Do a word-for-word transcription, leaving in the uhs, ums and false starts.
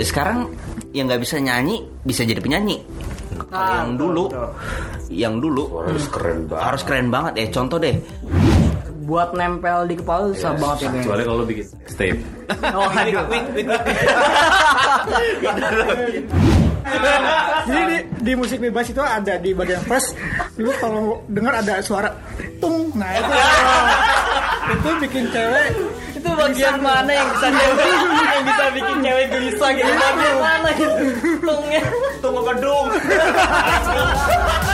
sekarang yang nggak bisa nyanyi bisa jadi penyanyi. Kalau yang dulu, yang dulu harus keren banget. Harus keren banget ya. Contoh deh. Buat nempel di kepala susah banget ya. Kecuali kalau bikin tape. Oh, aduh. Jadi di, di musik bebas itu ada di bagian first, lu kalau dengar ada suara tung, nah itu itu bikin cewek. Itu bagian mana yang bisa cewek yang bisa bikin cewek gelisah gitu? Bagian mana gitu? Tungnya, Tunggu gedung.